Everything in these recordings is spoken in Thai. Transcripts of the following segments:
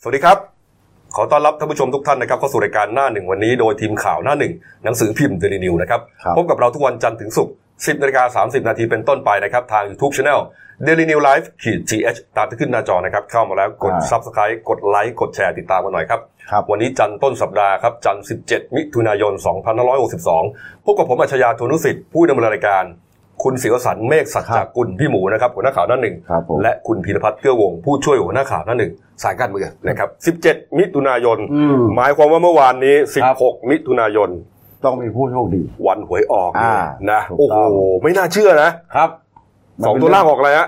สวัสดีครับขอต้อนรับท่านผู้ชมทุกท่านนะครับเข้าสู่รายการหน้าหนึ่งวันนี้โดยทีมข่าวหน้าหนึ่งหนังสือพิมพ์ Daily News นะครับพบกับเราทุกวันจันทร์ถึงศุกร์ 10:30 น.เป็นต้นไปนะครับทาง YouTube Channel Daily News Live-th ตามที่ขึ้นหน้าจอนะครับเข้ามาแล้วกด Subscribe กดไลค์กดแชร์ติดตามกันหน่อยครับวันนี้จันทร์ต้นสัปดาห์ครับจันทร์17 มิถุนายน 2562พบกับผมอัจฉริยะ โทนุสิทธิ์ผู้ดำเนินรายการคุณศิวสันต์เมฆสัจจกุลพี่หมูนะครับหัวหน้าข่าวหน้าหนึ่งและคุณพีรพัฒน์เกื้อวงผู้ช่วยหัวหน้าข่าวหน้าหนึ่งสายการเมืองนะครับ17 มิถุนายนหมายความว่าเมื่อวานนี้16 มิถุนายนต้องมีผู้โชคดีวันหวยออกนะโอ้โหไม่น่าเชื่อนะครับ2ตัวล่างออกอะไรฮะ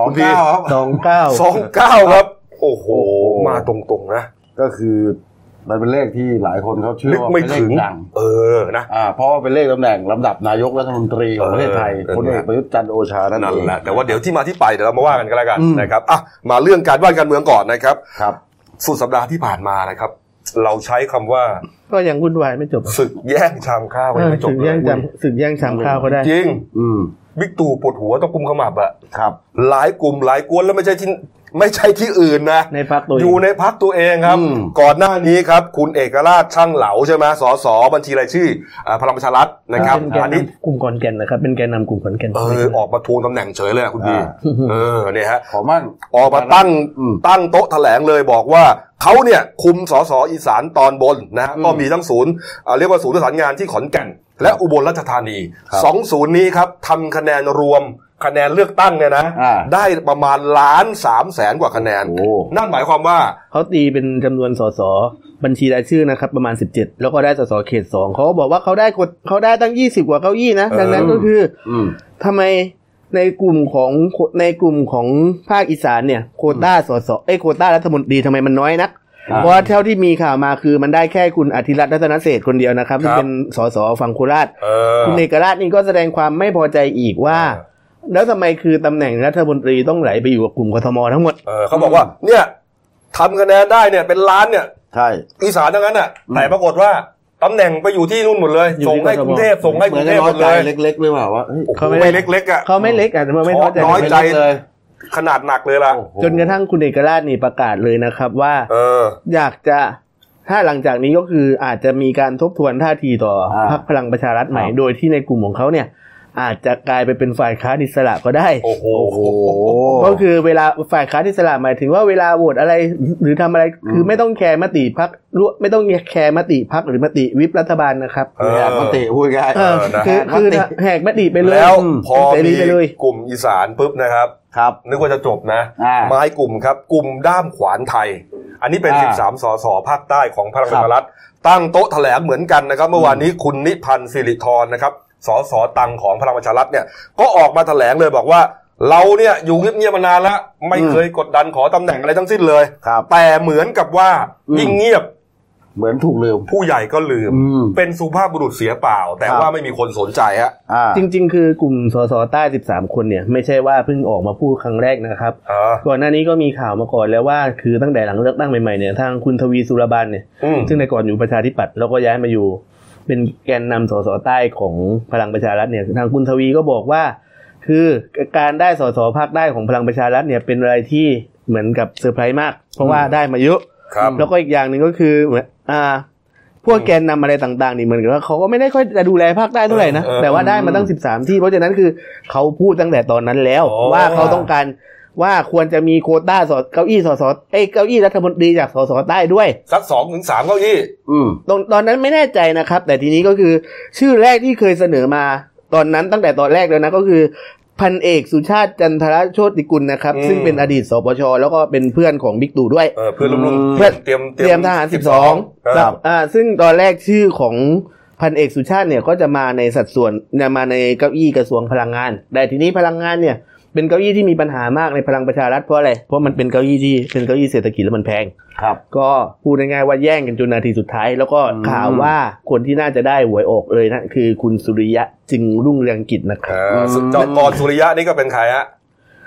29ครับโอ้โหมาตรงๆนะก็คือมันเป็นเลขที่หลายคนเขาเชื่อว่าเป็นเลขดังนะเพราะว่าเป็นเลขตำแหน่งลำดับนายกรัฐมนตรีของประเทศไทยพลเอกประยุทธ์จันทร์โอชานั่นเองแหละแต่ว่าเดี๋ยวที่มาที่ไปเดี๋ยวเรามาว่ากันก็แล้วกันนะครับมาเรื่องการบ้านการเมืองก่อนนะครับสุดสัปดาห์ที่ผ่านมานะครับเราใช้คำว่าก็ยังวุ่นวายไม่จบศึกแย่งชามข้าวไม่จบเลยศึกแย่งชามข้าวก็ได้จริงบิ๊กตู่ปวดหัวต้องกุมขมับอะครับหลายกลุ่มหลายกวนแล้วไม่ใช่ที่อื่นนะในพรรคตัวอยู่ในพรรคตัวเองครับก่อนหน้านี้ครับคุณเอกราชช่างเหลาใช่ไหมสสบัญชีรายชื่อพลังประชารัฐนะครับอันนี้กลุ่มขอนแก่นนะครับเป็นแกนนำกลุ่มขอนแก่นออกมาทวงตำแหน่งเฉยเลยคุณพี่เนี่ยฮะขอมั่นออกมาตั้งโต๊ะแถลงเลยบอกว่าเขาเนี่ยคุมสสอีสานตอนบนนะก็มีทั้งศูนย์เรียกว่าศูนย์ประสานงานที่ขอนแก่นและอุบลราชธานี2ศูนย์นี้ครับทำคะแนนรวมคะแนนเลือกตั้งเนี่ยนะได้ประมาณ1,300,000 กว่าคะแนนนั่นหมายความว่าเขาตีเป็นจำนวนสสบัญชีรายชื่อนะครับประมาณ17แล้วก็ได้สสเขต2เขาบอกว่าเขาได้ตั้ง20กว่าเก้าอี้นะดังนั้นก็คือทำไมในกลุ่มของภาคอีสานเนี่ยโควต้าสสโควต้ารัฐมนตรีทำไมมันน้อยนักเพราะเท่าที่มีข่าวมาคือมันได้แค่คุณอธิรัตน์รัตนเศรษฐ์คนเดียวนะครับที่เป็นสสฝั่งโคราชคุณเอกราชนี่ก็แสดงความไม่พอใจอีกว่าแล้วทำไมคือตำแหน่งรัฐมนตรีต้องไหลไปอยู่กับกลุ่มกทมทั้งหมดเขาบอกว่าเนี่ยทำคะแนนได้เนี่ยเป็นล้านเนี่ยใช่อีสานทั้งนั้นน่ะแต่ปรากฏว่าตำแหน่งไปอยู่ที่นู่นหมดเลยส่งให้กรุงเทพหมดเลยเล็กๆหรือเปล่าว่าเขาไม่เล็กๆอ่ะเขาไม่เล็กอ่ะแต่ไม่น้อยใจเลยขนาดหนักเลยล่ะจนกระทั่งคุณเอกราชนี่ประกาศเลยนะครับว่าอยากจะถ้าหลังจากนี้ก็คืออาจจะมีการทบทวนท่าทีต่อพรรคพลังประชารัฐใหม่โดยที่ในกลุ่มของเขาเนี่ยอาจจะกลายไปเป็นฝ่ายค้านอิสระก็ได้โอ้โหก็คือเวลาฝ่ายค้านอิสระหมายถึงว่าเวลาโหวตอะไรหรือทำอะไรคือไม่ต้องแคร์มติพรรคไม่ต้องแคร์มติพรรคหรือมติวิปรัฐบาลนะครับแหกมติพูดง่ายคือแหกมติไปเลยแล้วพอมีกลุ่มอีสานปุ๊บนะครับนึกว่าจะจบนะไม้กลุ่มครับกลุ่มด้ามขวานไทยอันนี้เป็น13 สสภาคใต้ของพลังประชารัฐตั้งโต๊ะแถลงเหมือนกันนะครับเมื่อวานนี้คุณนิพันธ์สิริธรนะครับสสตังของพลังประชารัฐเนี่ยก็ออกมาแถลงเลยบอกว่าเราเนี่ยอยู่เงียบๆมานานแล้วไม่เคยกดดันขอตำแหน่งอะไรทั้งสิ้นเลยแต่เหมือนกับว่ายิ่งเงียบเหมือนถูกลืมผู้ใหญ่ก็ลืมเป็นสุภาพบุรุษเสียเปล่าแต่ว่าไม่มีคนสนใจฮะจริงๆคือกลุ่มสสใต้13คนเนี่ยไม่ใช่ว่าเพิ่งออกมาพูดครั้งแรกนะครับก่อนหน้านี้ก็มีข่าวมาก่อนแล้วว่าคือตั้งแต่หลังเลือกตั้งใหม่ๆเนี่ยทางคุณทวีสุรบันเนี่ยซึ่งในก่อนอยู่ประชาธิปัตย์แล้วก็ย้ายมาอยู่เป็นแกนนำสสใต้ของพลังประชารัฐเนี่ยทางคุณทวีก็บอกว่าคือการได้สสภาคใต้ของพลังประชารัฐเนี่ยเป็นอะไรที่เหมือนกับเซอร์ไพรส์มากเพราะว่าได้มาเยอะแล้วก็อีกอย่างนึงก็คือเหมือนพวกแกนนำอะไรต่างๆนี่เหมือนกับว่าเขาก็ไม่ได้ค่อยจะดูแลภาคใต้เท่าไหร่นะแต่ว่าได้มาตั้ง13ที่เพราะฉะนั้นคือเขาพูดตั้งแต่ตอนนั้นแล้วว่าเขาต้องการว่าควรจะมีโควต้าเก้าอี้สสเก้าอี้รัฐมนตรีจากสสใต้ด้วยสัก 2-3 เก้าอี้ตอนนั้นไม่แน่ใจนะครับแต่ทีนี้ก็คือชื่อแรกที่เคยเสนอมาตอนนั้นตั้งแต่ตอนแรกแล้วนะก็คือพันเอกสุชาติจันทรโชติกุลนะครับซึ่งเป็นอดีตสปชแล้วก็เป็นเพื่อนของบิ๊กตู่ด้วยเพื่อนรุ่นเตรียมทหาร12ครับซึ่งตอนแรกชื่อของพันเอกสุชาติเนี่ยก็จะมาในสัดส่วนมาในเก้าอี้กระทรวงพลังงานแต่ทีนี้พลังงานเนี่ยเป็นเก้าอี้ที่มีปัญหามากในพลังประชารัฐเพราะอะไรเพราะมันเป็นเก้าอี้ที่เป็นเก้าอี้เศรษฐกิจแล้วมันแพงก็พูดง่ายๆว่าแย่งกันจนนาทีสุดท้ายแล้วก็ข่าวว่าคนที่น่าจะได้หวยออกเลยนะคือคุณสุริยะจึงรุ่งเรืองกิจนะครับจอมกรสุริยะนี่ก็เป็นใครฮะ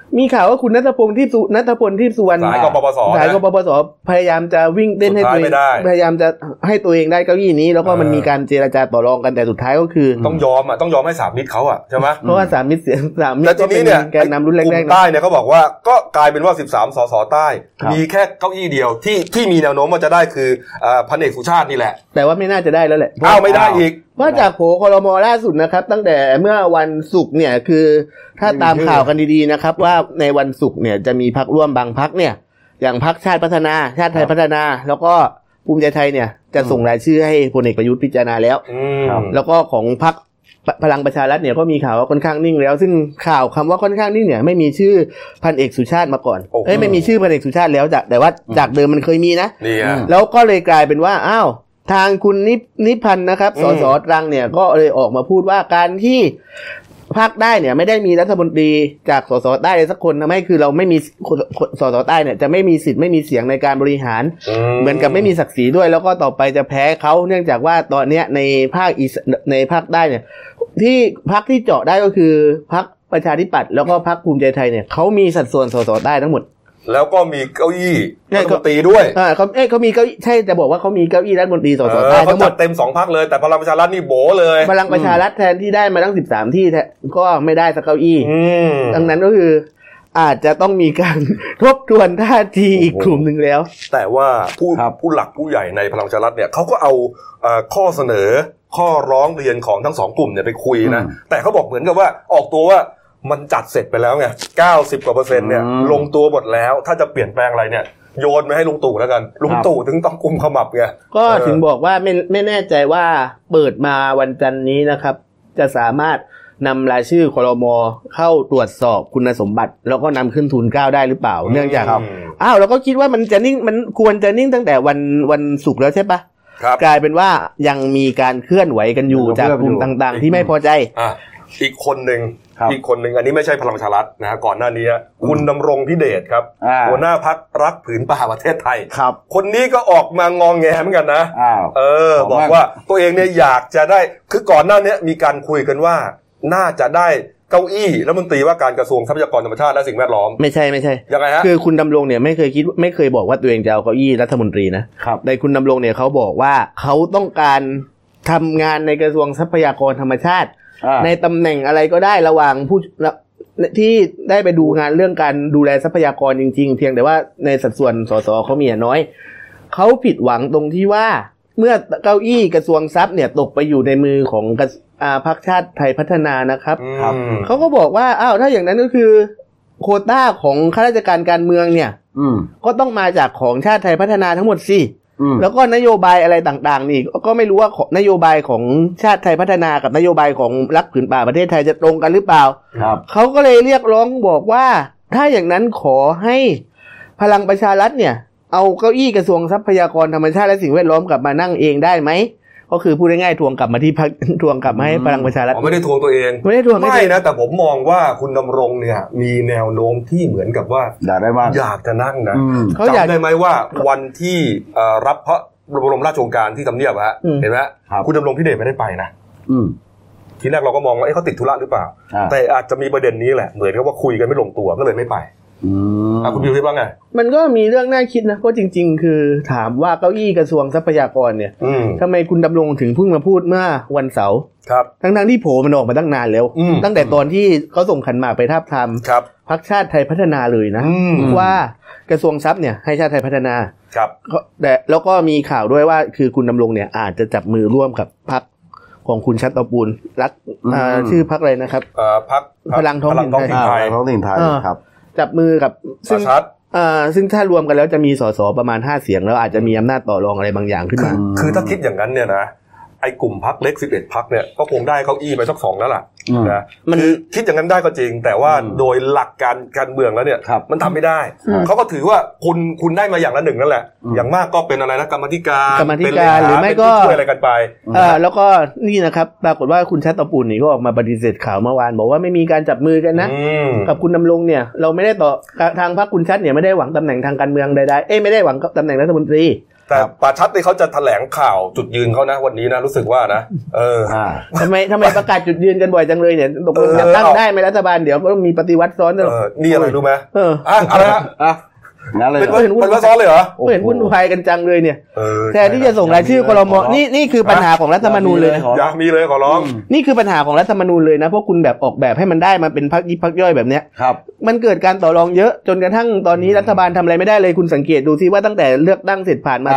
มีข่าวว่าคุณณัฐพลที่สุวรรณสายกปปสพยายามจะวิ่งเต้นให้ตัวเองพยายามจะให้ตัวเองได้เก้าอี้นี้แล้วก็มันมีการเจรจาต่อรองกันแต่สุดท้ายก็คือต้องยอมให้สามมิตรเขาใช่ไหมเพราะว่าสามมิตรก็เป็นแกนนำรุ่นแรกๆใต้เนี่ยเขาบอกว่าก็กลายเป็นว่า13สสใต้มีแค่เก้าอี้เดียวที่มีแนวโน้มว่าจะได้คือพันเอกสุชาตินี่แหละแต่ว่าไม่น่าจะได้แล้วแหละไม่ได้อีกว่าจากโผครม.ล่าสุดนะครับตั้งแต่เมื่อวันศุกร์เนี่ยคือถ้าตามข่าวกันดีๆนะครับว่าในวันศุกร์เนี่ยจะมีพรรคร่วมบางพรรคเนี่ยอย่างพรรคชาติไทยพัฒนาแล้วก็ภูมิใจไทยเนี่ยจะส่งรายชื่อให้พลเอกประยุทธ์พิจารณาแล้วแล้วก็ของพรรคพลังประชารัฐเนี่ยก็มีข่าวว่าค่อนข้างนิ่งแล้วซึ่งข่าวคำว่าค่อนข้างนิ่งเนี่ยไม่มีชื่อพันเอกสุชาติมาก่อนไม่มีชื่อพันเอกสุชาติแล้วแต่ว่าจากเดิมมันเคยมีนะแล้วก็เลยกลายเป็นว่าอ้าวทางคุณนิพันธ์นะครับสสตรังเนี่ยก็เลยออกมาพูดว่าการที่ภาคใต้เนี่ยไม่ได้มีรัฐมนตรีจากสสใต้เลยสักคนทำให้คือเราไม่มีสสใต้เนี่ยจะไม่มีสิทธิ์ไม่มีเสียงในการบริหารเหมือนกับไม่มีศักดิ์ศรีด้วยแล้วก็ต่อไปจะแพ้เขาเนื่องจากว่าตอนเนี้ยในภาคใต้เนี่ยที่พรรคที่เจาะได้ก็คือพรรคประชาธิปัตย์แล้วก็พรรคภูมิใจไทยเนี่ยเขามีสัดส่วนสสใต้ทั้งหมดแล้วก็มีเก้าอี้รัฐมนตรีด้วยเขามีเก้าอี้ใช่จะบอกว่าเขามีเก้าอี้รัฐมนตรีสสใต้ทั้งหมดเต็ม2พรรคเลยแต่พลังประชารัฐนี่โบเลยพลังประชารัฐแทนที่ได้มาตั้ง13ที่ก็ไม่ได้สักเก้าอี้ดังนั้นก็คืออาจจะต้องมีการทบทวนท่าทีอีกกลุ่มนึงแล้วแต่ว่าผู้หลักผู้ใหญ่ในพลังประชารัฐเนี่ยเขาก็เอาข้อเสนอข้อร้องเรียนของทั้ง2กลุ่มเนี่ยไปคุยนะแต่เขาบอกเหมือนกับว่าออกตัวว่ามันจัดเสร็จไปแล้วไง 90% กว่าเนี่ยลงตัวหมดแล้วถ้าจะเปลี่ยนแปลงอะไรเนี่ยโยนไม่ให้ลุงตู่แล้วกันลุงตู่ถึงต้องกุมขมับไงก็ถึงบอกว่าไม่แน่ใจว่าเปิดมาวันจันทร์นี้นะครับจะสามารถนำรายชื่อครม.เข้าตรวจสอบคุณสมบัติแล้วก็นำขึ้นทูลเกล้าได้หรือเปล่าเนื่องจากเราก็คิดว่ามันจะนิ่งมันควรจะนิ่งตั้งแต่วันศุกร์แล้วใช่ปะกลายเป็นว่ายังมีการเคลื่อนไหวกันอยู่จากกลุ่มต่างๆที่ไม่พอใจอีกคนหนึ่งอันนี้ไม่ใช่พลังประชารัฐนะก่อนหน้านี้คุณดำรงพิเดชครับหัวหน้าพรรครักผืนป่าประเทศไทยคนนี้ก็ออกมางองแงเหมือนกันนะบอกว่าตัวเองเนี่ยอยากจะได้คือก่อนหน้านี้มีการคุยกันว่าน่าจะได้เก้าอี้รัฐมนตรีว่าการกระทรวงทรัพยากรธรรมชาติและสิ่งแวดล้อมไม่ใช่ยังไงฮะคือคุณดำรงเนี่ยไม่เคยบอกว่าตัวเองจะเอาเก้าอี้รัฐมนตรีนะแต่คุณดำรงเนี่ยเขาบอกว่าเขาต้องการทำงานในกระทรวงทรัพยากรธรรมชาติในตำแหน่งอะไรก็ได้ระหว่างผู้ที่ได้ไปดูงานเรื่องการดูแลทรัพยากรจริงๆเพียงแต่ว่าในสัดส่วนสสเขามีน้อยเขาผิดหวังตรงที่ว่าเมื่อเก้าอี้กระทรวงทรัพย์เนี่ยตกไปอยู่ในมือของพรรคชาติไทยพัฒนานะครับเขาก็บอกว่าถ้าอย่างนั้นก็คือโควต้าของข้าราชการการเมืองเนี่ยก็ต้องมาจากของชาติไทยพัฒนาทั้งหมดสิแล้วก็นโยบายอะไรต่างๆนี่ก็ไม่รู้ว่านโยบายของชาติไทยพัฒนากับนโยบายของรักผืนป่าประเทศไทยจะตรงกันหรือเปล่าเขาก็เลยเรียกร้องบอกว่าถ้าอย่างนั้นขอให้พลังประชารัฐเนี่ยเอาเก้าอี้กระทรวงทรัพยากรธรรมชาติและสิ่งแวดล้อมกลับมานั่งเองได้ไหมก็คือพูดง่ายๆทวงกลับมาที่ทวงกลับมาให้พลังประชารัฐไม่ได้ทวงตัวเองไม่นะแต่ผมมองว่าคุณดำรงเนี่ยมีแนวโน้มที่เหมือนกับว่าอยากจะนั่งนะจำได้ไหมว่าวันที่รับพระบรมราชโองการที่ทำเนียบเห็นไหมคุณดำรงพิเดชไม่ได้ไปนะทีแรกเราก็มองว่าเขาติดธุระหรือเปล่าแต่อาจจะมีประเด็นนี้แหละเหมือนกับว่าคุยกันไม่ลงตัวก็เลยไม่ไปคุณบิวคิดว่าไงมันก็มีเรื่องน่าคิดนะเพราะจริงๆคือถามว่าเก้าอี้กระทรวงทรัพยากรเนี่ยทำไมคุณดำรงถึงเพิ่งมาพูดเมื่อวันเสาร์ทั้งที่โผล่มันออกมาตั้งนานแล้วตั้งแต่ตอนที่เขาส่งขันหมากไปทาบทามพรรคชาติไทยพัฒนาเลยนะว่ากระทรวงทรัพย์เนี่ยให้ชาติไทยพัฒนาแต่แล้วก็มีข่าวด้วยว่าคือคุณดำรงเนี่ยอาจจะจับมือร่วมกับพรรคของคุณชัตรปูลรักชื่อพรรคอะไรนะครับพรรคพลังท้องถิ่นไทยครับจับมือกับซึ่งถ้ารวมกันแล้วจะมีสสประมาณ5เสียงแล้วอาจจะมีอำนาจต่อรองอะไรบางอย่างขึ้นมาคือถ้าคิดอย่างนั้นเนี่ยนะไอ้กลุ่มพรรคเล็ก11พรรคเนี่ยก็คงได้เก้าอี้ไปสัก2แล้วล่ะนะคือคิดอย่างนั้นได้ก็จริงแต่ว่าโดยหลักการเมืองแล้วเนี่ยมันทำไม่ได้เขาก็ถือว่าคุณได้มาอย่างละ1นั่นแหละอย่างมากก็เป็นอะไรนะกรรมธิการหรือไม่ก็ช่วยอะไรกันไปแล้วก็นี่นะครับปรากฏว่าคุณชัตรปูลนี่ก็ออกมาปฏิเสธข่าวเมื่อวานบอกว่าไม่มีการจับมือกันนะกับคุณดำรงเนี่ยเราไม่ได้ต่อทางพรรคคุณชัตเนี่ยไม่ได้หวังตำแหน่งทางการเมืองใดๆไม่ได้หวังตำแหน่งรัฐมนตรีแต่ป่าชัดนี่เขาจะแถลงข่าวจุดยืนเขานะวันนี้นะรู้สึกว่านะทำไมประกาศจุดยืนกันบ่อยจังเลยเนี่ยตกลงจะตั้งได้ไหมรัฐบาลเดี๋ยวก็ต้องมีปฏิวัติซ้อนนี่อะไรรู้ไหมอะไรงั้นเลยเป็นปฏิวัติซ้อนเลยเหรอเห็นวุ่นวายกันจังเลยเนี่ยแทนที่จะส่งรายชื่อครม.นี่คือปัญหาของรัฐธรรมนูญเลยอยากมีเลยขอร้องนี่คือปัญหาของรัฐธรรมนูญเลยนะเพราะคุณแบบออกแบบให้มันได้มาเป็นพรรคยิบพรรคย่อยแบบเนี้ยมันเกิดการต่อรองเยอะจนกระทั่งตอนนี้รัฐบาลทำอะไรไม่ได้เลยคุณสังเกตดูซิว่าตั้งแต่เลือกตั้งเสร็จผ่านมา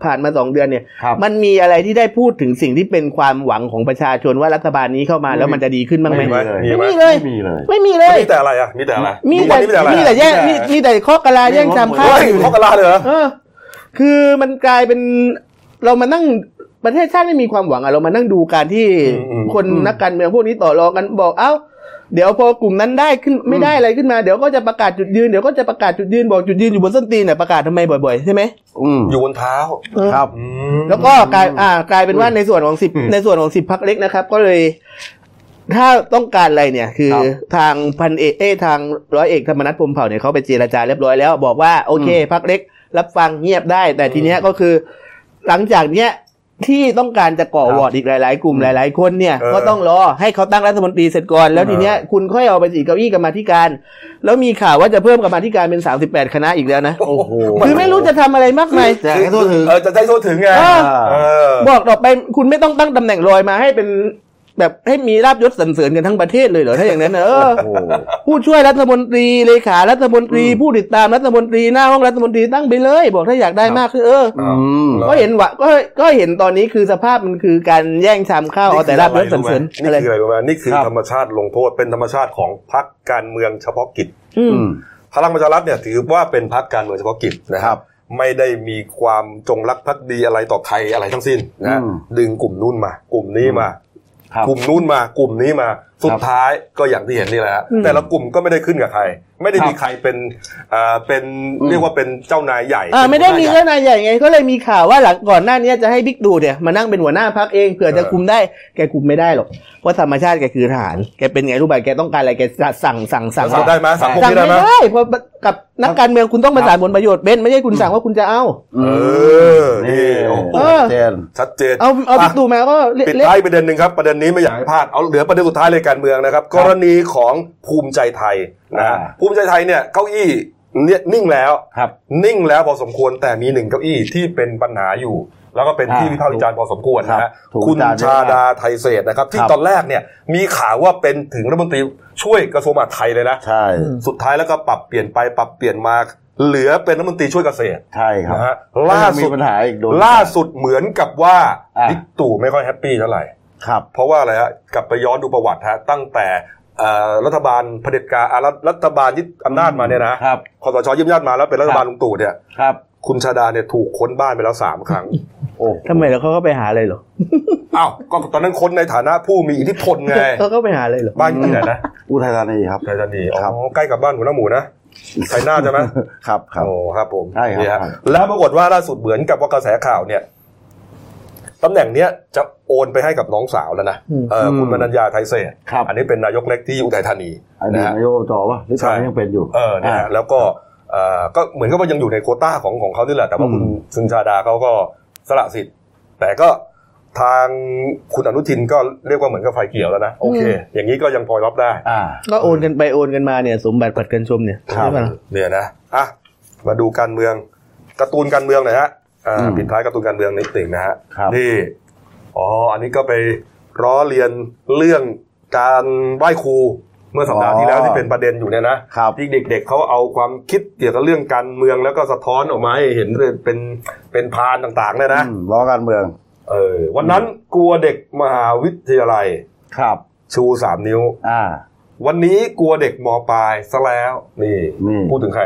2เดือนเนี่ยมันมีอะไรที่ได้พูดถึงสิ่งที่เป็นความหวังของประชาชนว่ารัฐบาลนี้เข้ามาแล้วมันจะดีขึ้นบ้างไหมไม่มีเลยมีแต่อะไรอ่ะมีแต่อะไรมีแต่แย่มีแต่ข้อกะลาแย่งชามข้าวข้อกะลาเหรอคือมันกลายเป็นเรามานั่งประเทศชาติไม่มีความหวังเรามานั่งดูการที่คนนักการเมืองพวกนี้ต่อรองกันบอกเดี๋ยวพอกลุ่มนั้นได้ขึ้นไม่ได้อะไรขึ้นมาเดี๋ยวก็จะประกาศจุดยืนเดี๋ยวก็จะประกาศจุดยืนบอกจุดยืนอยู่บนส้นตีนเนี่ยประกาศทำไมบ่อยๆใช่ไหมอยู่บนเท้าครับแล้วก็กลายเป็นว่าในส่วนของ10พรรคเล็กนะครับก็เลยถ้าต้องการอะไรเนี่ยคือทางพันเอกทางร้อยเอกธรรมนัสพรหมเผ่าเนี่ยเขาไปเจรจาเรียบร้อยแล้วบอกว่าโอเคพรรคเล็กรับฟังเงียบได้แต่ทีเนี้ยก็คือหลังจากเนี้ยที่ต้องการจะก่อวอร์ดอีกหลายๆกลุ่มหลายๆคนเนี่ยก็ต้องรอให้เขาตั้งรัฐมนตรีเสร็จก่อนแล้วทีเนี้ยคุณค่อยเอาไปจีเก้าอี้กรรมาธิการแล้วมีข่าวว่าจะเพิ่มกรรมาธิการเป็น38คณะอีกแล้วนะโอ้โหคือไม่รู้จะทำอะไรมากมายจะให้ทั่วถึงจะได้ทั่วถึงไงบอกต่อไปคุณไม่ต้องตั้งตำแหน่งลอยมาให้เป็นแบบให้มีลาภยศสรรเสริญกันทั้งประเทศเลยเหรอถ้าอย่างนั้นผู้ช่วยรัฐมนตรีเลขารัฐมนตรีผู้ติดตามรัฐมนตรีหน้าห้องรัฐมนตรีตั้งไปเลยบอกถ้าอยากได้มากคือก็เห็นว่าก็เห็นตอนนี้คือสภาพมันคือการแย่งชามข้าวเอาแต่ลาภยศสรรเสริญนี่คืออะไรรู้ไหมนี่คือธรรมชาติลงโทษเป็นธรรมชาติของพรรคการเมืองเฉพาะกิจพลังประชารัฐเนี่ยถือว่าเป็นพรรคการเมืองเฉพาะกิจนะครับไม่ได้มีความจงรักภักดีอะไรต่อใครอะไรทั้งสิ้นนะดึงกลุ่มนู้นมากลุ่มนี้มากลุ่มนู้นมากลุ่มนี้มาสุดท้ายก็อย่างที่เห็นนี่แหละแต่ละกลุ่มก็ไม่ได้ขึ้นกับใครไม่ได้มีใครเป็นเรียกว่าเป็นเจ้านายใหญ่ไม่ได้มีเจ้านายใหญ่ไงก็เลยมีข่าวว่าหลังก่อนหน้านี้จะให้บิ๊กตู่เนี่ยมานั่งเป็นหัวหน้าพรรคเองเผื่อจะคุมได้แกคุมไม่ได้หรอกเพราะธรรมชาติแกคือทหารแกเป็นไงรู้ป่ะแกต้องการอะไรแกสั่งได้ไหมสั่งไม่ได้เพราะกับนักการเมืองคุณต้องประสานผลประโยชน์เบนไม่ใช่คุณสั่งว่าคุณจะเอานี่ชัดเจนเอาบิ๊กตู่มาก็ปิดท้ายประเด็นนึงครับประเด็นนี้ไม่อยากให้พลาดเอาเหลือประเด็นสุดท้ายเลยการเมืองนะครับกรณีของภูมิใจไทยนะภูมิใจไทยเนี่ยเก้าอี้เนี่ยนิ่งแล้วนิ่งแล้วพอสมควรแต่มี1เก้าอี้ที่เป็นปัญหาอยู่แล้วก็เป็นที่วิพากษ์วิจารณ์พอสมควรนะคุณชาดาไทเศษนะครับที่ตอนแรกเนี่ยมีข่าวว่าเป็นถึงรัฐมนตรีช่วยกระทรวงมหาดไทยเลยนะใช่สุดท้ายแล้วก็ปรับเปลี่ยนไปปรับเปลี่ยนมาเหลือเป็นรัฐมนตรีช่วยเกษตรใช่ครับนะฮะล่าสุดเหมือนกับว่าบิ๊กตู่ไม่ค่อยแฮปปี้เท่าไหร่เพราะว่าอะไรฮะกลับไปย้อนดูประวัติฮะตั้งแต่รัฐบาลเผด็จการรัฐบาลยึดอำนาจมาเนี่ยนะคสช.ยึดอำนาจมาแล้วเป็นรัฐบาลลุงตู่เนี่ยคุณชาดาเนี่ยถูกค้นบ้านไปแล้ว3 ครั้งทำไมแล้วเขาก็ไปหาอะไรหรออ้าวก็ตอนนั้นค้นในฐานะผู้มีอิทธิพลไงเขาก็ไปหาอะไรหรอบ้านที่ไหนนะอุทัยธานีครับอุทัยธานีใกล้กับบ้านหัวหน้าหมูนะไทยนาใช่ไหมครับโอ้ครับผมใช่ครับแล้วปรากฏว่าล่าสุดเหมือนกับว่ากระแสข่าวเนี่ยตำแหน่งเนี้ยจะโอนไปให้กับน้องสาวแล้วนะคุณมนัญญาไทยเศษอันนี้เป็นนายกเล็กที่อุทัยธานีนะนายกอบจป่ะหรือตอนนี้ยังเป็นอยู่เนี่ยแล้วก็เหมือนกับว่ายังอยู่ในโควต้าของเขานี่แหละแต่ว่าคุณซึ่งชาดาเขาก็สละสิทธิ์แต่ก็ทางคุณอนุทินก็เรียกว่าเหมือนกับไฟเขียวแล้วนะโอเคอย่างนี้ก็ยังพอรับได้ก็โอนกันไปโอนกันมาเนี่ยสมบัติผัดกันชมเนี่ยใช่ไหมเนี่ยนะมาดูการเมืองการ์ตูนการเมืองหน่อยฮะปิดท้ายการ์ตูนการเมืองนิดหนึ่งนะฮะนี่อันนี้ก็ไปล้อเลียนเรื่องการไหว้ครูเมื่อสัปดาห์ที่แล้วที่เป็นประเด็นอยู่เนี่ยนะที่เด็กๆเขาเอาความคิดเกี่ยวกับเรื่องการเมืองแล้วก็สะท้อนออกมาให้เห็นเป็นพานต่างๆเนี่ยนะล้อการเมืองวันนั้นกลัวเด็กมหาวิทยาลัยชู3 นิ้ววันนี้กลัวเด็กม.ปลายซะแล้วนี่พูดถึงใคร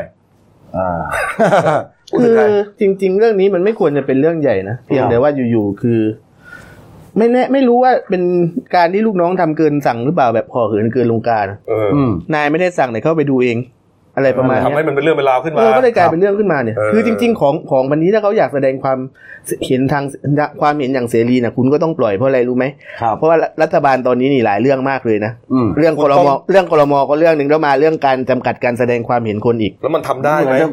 คือจริงๆเรื่องนี้มันไม่ควรจะเป็นเรื่องใหญ่นะเพียงแต่ว่าอยู่ๆคือไม่รู้ว่าเป็นการที่ลูกน้องทำเกินสั่งหรือเปล่าแบบห่อเหินเกินลงกาลนายไม่ได้สั่งแต่เข้าไปดูเองอะไรประมาณนี้ทำให้มันเป็นเรื่องเป็นราวขึ้นมาก็เลยกลายเป็นเรื่องขึ้นมาเนี่ยคือจริงๆของวันนี้ถ้าเขาอยากแสดงความเห็นทางความเห็นอย่างเสรีนะคุณก็ต้องปล่อยเพราะอะไรรู้ไหมเพราะว่ารัฐบาลตอนนี้นี่หลายเรื่องมากเลยนะเรื่องครม.ก็เรื่องนึงแล้วมาเรื่องการจำกัดการแสดงความเห็นคนอีกแล้วมันทำได้ไหม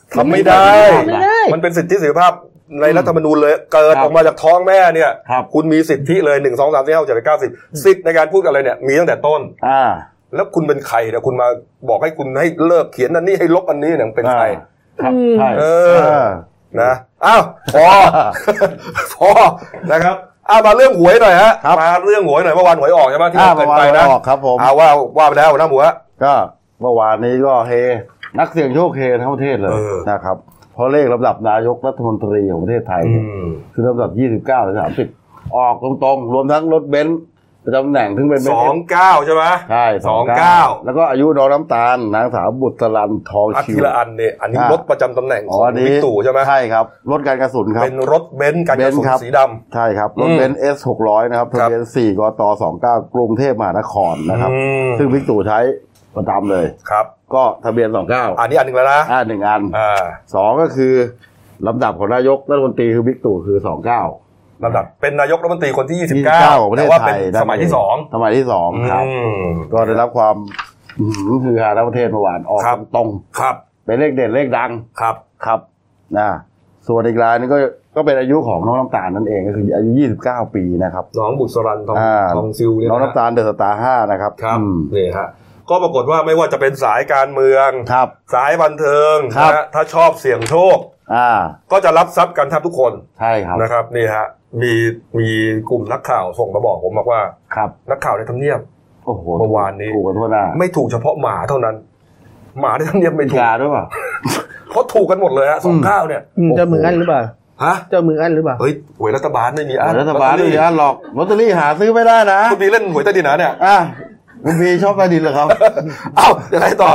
ทำไม่ได้มันเป็นสิทธิเสรีภาพในรัฐธรรมนูญเลยเกิดออกมาจากท้องแม่เนี่ยคุณมีสิทธิเลย1 2 3 4 5 6 7 8 9 10สิทธิในการพูดอะไรเนี่ยมีตั้งแต่ต้นแล้วคุณเป็นใครเนี่ยคุณมาบอกให้คุณให้เลิกเขียนอันนี้ให้ลบอันนี้เนี่ยเป็นใครใช่นะอ้าวพอนะครับมาเรื่องหวยหน่อยฮะมาเรื่องหวยหน่อยเมื่อวานหวยออกใช่ไหมที่เกิดไปนะครับผมว่าไปแล้วนะหมูก็เมื่อวานนี้ก็เฮนักเสี่ยงโชคเฮทั้งประเทศเลยนะครับเพราะเลขลำดับนายกรัฐมนตรีของประเทศไทยคือลำดับ29ถึง30ออกตรงๆรวมทั้งรถเบนซ์ประจำตำแหน่งถึงเป็น 29ใช่ไหมใช่29แล้วก็อายุน้องน้ำตาลนางสาวบุตรรันทองชิวทีละอันเนี่ยอันนี้รถประจำตำแหน่งของบิ๊กตู่ใช่ไหมใช่ครับรถการกระสุนครับเป็นรถเบนซ์การกระสุนสีดำใช่ครับรถเบนซ์ S600 นะครับทะเบียน4 กต29กรุงเทพมหานครนะครับซึ่งบิ๊กตู่ใช้ประจำเลยครับก็ทะเบียน29 อันนี้อันนึงแล้วนะ 1อัน2ก็คือลำดับของนายกรัฐมนตรีคือบิ๊กตู่คือ29 ลำดับเป็นนายกรัฐมนตรีคนที่29 ของประเทศไทยสมัยที่2 ครับก็ได้รับความคือฮาทั้งประเทศเมื่อวานออกตรงครับเป็นเลขเด่นเลขดังครับส่วนอีกรายนึงก็เป็นอายุของน้องน้ำตาลนั่นเองก็คืออายุ29ปีนะครับน้องบุษรันทองซิวน้องน้ำตาลเดอะสตาร์5นะครับนี่ฮะก็ปรากฏว่าไม่ว่าจะเป็นสายการเมืองสายบันเทิงนะถ้าชอบเสี่ยงโชคก็จะรับทรัพย์กันแทบทุกคนใช่ครับนะครับนี่ฮะมีกลุ่มนักข่าวส่งมาบอกผมบอกว่านักข่าวในทำเนียบเมื่อวานนี้ถูกกันทั่วหน้าไม่ถูกเฉพาะหมาเท่านั้นหมาในทำเนียบไม่ถูกด้วยป่ะเขาถูกกันหมดเลยฮะ29เนี่ยเจ้ามืออั้นหรือเปล่าเจ้ามืออั้นหรือเปล่าเฮ้ยหวยรัฐบาลไม่มีอั้นรัฐบาลไม่มีอั้นหรอกลอตเตอรี่หาซื้อไม่ได้นะคุณมีเล่นหวยใต้ดินนะเนี่ยคุณพีชอบใต้ดินเหรอครับยังไงต่อ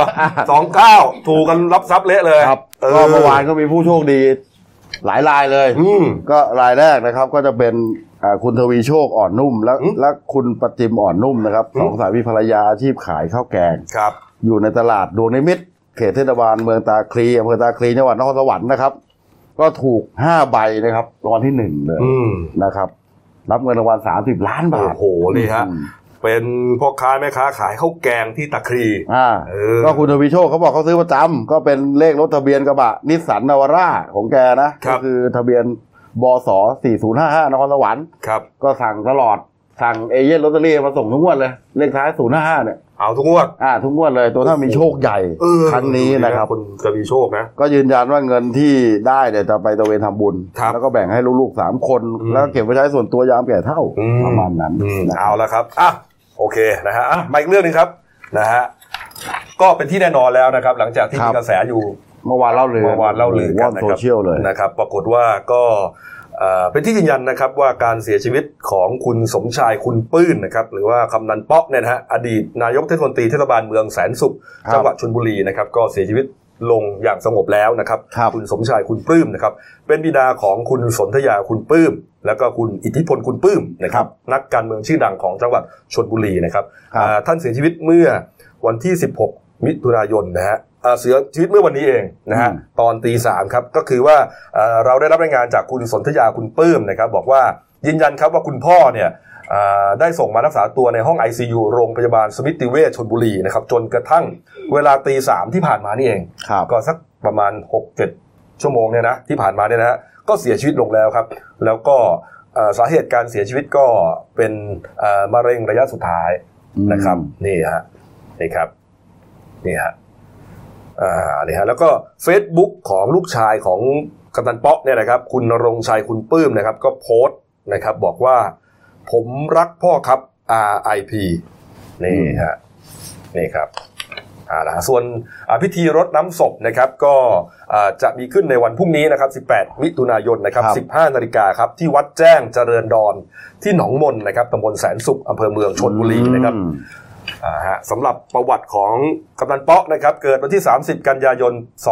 29ถูกกันรับทรัพย์เละเลยครับก็เมื่อวานก็มีผู้โชคดีหลายรายเลยก็รายแรกนะครับก็จะเป็นคุณทวีโชคอ่อนนุ่มและคุณประจิมอ่อนนุ่มนะครับสองสามีภรรยาอาชีพขายข้าวแกงอยู่ในตลาดดวงนิมิตรเขตเทศบาลเมืองตาคลีอำเภอตาคลีจังหวัดนครสวรรค์นะครับก็ถูก5ใบนะครับรางวัลที่1เลยนะครับรับเงินรางวัล30 ล้านบาทโอ้โหนี่ฮะเป็นพ่อค้าแม่ค้าขายข้าวแกงที่ตะครีก็คุณทวีโชคเขาบอกเขาซื้อประจำก็เป็นเลขรถทะเบียนกระบะนิสสันนาวาร่าของแกนะก็คือทะเบียนบส4055นครสวรรค์ก็สั่งตลอดสั่งเอเย่นลอตเตอรี่มาส่งทุกงวดเลยเลขท้าย055เนี่ยเอาทุกงวดทุกงวดเลยตัวถ้ามีโชคใหญ่ครั้งนี้นะครับคุณจะมีโชคนะก็ยืนยันว่าเงินที่ได้เนี่ยจะไปตระเวนทำบุญแล้วก็แบ่งให้ลูกๆ3คนแล้วเก็บไว้ใช้ส่วนตัวยามแก่เฒ่าประมาณนั้นเอาละครับโอเคนะฮะมาอีกเรื่องนึงครับนะฮะก็เป็นที่แน่นอนแล้วนะครับหลังจากที่มีกระแสอยู่เมื่อวานเล่าลือกันโซเชียลเลยนะครับปรากฏว่าก็เป็นที่ยืนยันนะครับว่าการเสียชีวิตของคุณสมชายคุณปื้นนะครับหรือว่าคำนันเปาะเนี่ยนะฮะอดีตนายกเทศมนตรีเทศบาลเมืองแสนสุขจังหวัดชลบุรีนะครับก็เสียชีวิตลงอย่างสงบแล้วนะครับคุณสมชายคุณปลื้มนะครับเป็นบิดาของคุณสนธยาคุณปลื้มแล้วก็คุณอิทธิพลคุณปลื้มนะครับนักการเมืองชื่อดังของจังหวัดชลบุรีนะครับท่านเสียชีวิตเมื่อวันที่16มิถุนายนนะฮะเสียชีวิตเมื่อวันนี้เองนะฮะตอน 3:00 ครับก็คือว่าเราได้รับรายงานจากคุณสนธยาคุณปลื้มนะครับบอกว่ายืนยันครับว่าคุณพ่อเนี่ยได้ส่งมารักษาตัวในห้อง ICU โรงพยาบาลสมิติเวชชลบุรีนะครับจนกระทั่งเวลา 3:00 ที่ผ่านมานี่เองก็สักประมาณ 6-7 ชั่วโมงเนี่ยนะที่ผ่านมาเนี่ยนะก็เสียชีวิตลงแล้วครับแล้วก็สาเหตุการเสียชีวิตก็เป็นมะเร็งระยะสุดท้ายนะครับนี่ฮะนี่ครับนี่ฮะนี่ฮะแล้วก็ Facebook ของลูกชายของกำนันเปาะเนี่ยนะครับคุณณรงค์ชัยคุณปลื้มนะครับก็โพสต์นะครับบอกว่าผมรักพ่อครับ RIP นี่ฮะนี่ครับส่วนพิธีรดน้ำศพนะครับก็จะมีขึ้นในวันพรุ่งนี้นะครับ18มิถุนายนนะครับ 15 นาฬิกาครับที่วัดแจ้งเจริญดอนที่หนองมนนะครับตำบลแสนสุขอำเภอเมืองชลบุรีนะครับสำหรับประวัติของกำนันเปาะนะครับเกิดวันที่30กันยายน